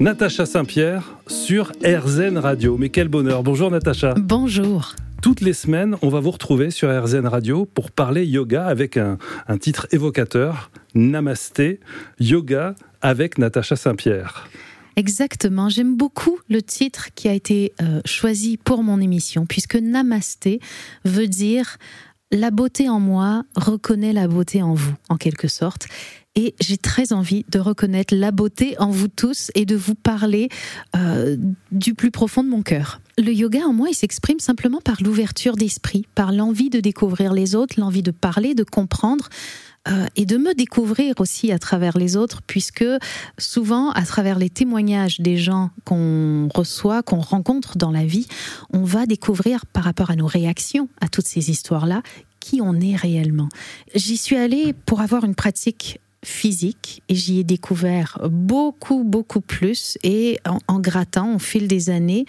Natacha Saint-Pierre sur RZN Radio. Mais quel bonheur. Bonjour Natacha. Bonjour. Toutes les semaines, on va vous retrouver sur RZN Radio pour parler yoga avec un titre évocateur, Namasté, yoga avec Natacha Saint-Pierre. Exactement, j'aime beaucoup le titre qui a été choisi pour mon émission, puisque Namasté veut dire « la beauté en moi reconnaît la beauté en vous », en quelque sorte. Et j'ai très envie de reconnaître la beauté en vous tous et de vous parler du plus profond de mon cœur. Le yoga en moi, il s'exprime simplement par l'ouverture d'esprit, par l'envie de découvrir les autres, l'envie de parler, de comprendre, et de me découvrir aussi à travers les autres, puisque souvent, à travers les témoignages des gens qu'on reçoit, qu'on rencontre dans la vie, on va découvrir par rapport à nos réactions à toutes ces histoires-là, qui on est réellement. J'y suis allée pour avoir une pratique physique et j'y ai découvert beaucoup plus, et en grattant au fil des années,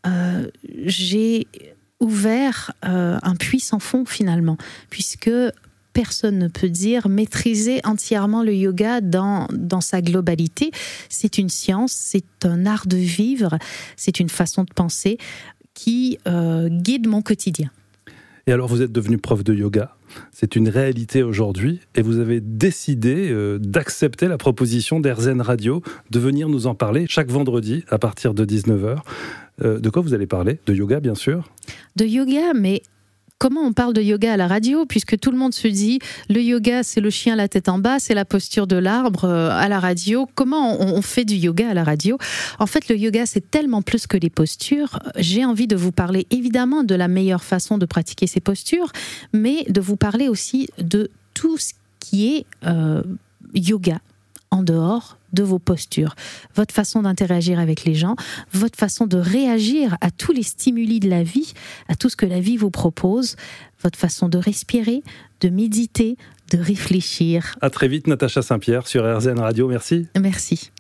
j'ai ouvert un puits sans fond finalement, puisque personne ne peut dire maîtriser entièrement le yoga dans sa globalité. C'est une science, c'est un art de vivre, c'est une façon de penser qui guide mon quotidien. Et alors vous êtes devenu prof de yoga, c'est une réalité aujourd'hui, et vous avez décidé d'accepter la proposition d'RZN Radio de venir nous en parler chaque vendredi à partir de 19h. De quoi vous allez parler ? De yoga bien sûr ? De yoga, mais comment on parle de yoga à la radio, puisque tout le monde se dit le yoga c'est le chien la tête en bas, c'est la posture de l'arbre à la radio. Comment on fait du yoga à la radio ? En fait, le yoga c'est tellement plus que les postures. J'ai envie de vous parler évidemment de la meilleure façon de pratiquer ces postures, mais de vous parler aussi de tout ce qui est yoga en dehors de vos postures, votre façon d'interagir avec les gens, votre façon de réagir à tous les stimuli de la vie, à tout ce que la vie vous propose, votre façon de respirer, de méditer, de réfléchir. À très vite Natacha Saint-Pierre sur RZN Radio, merci. Merci.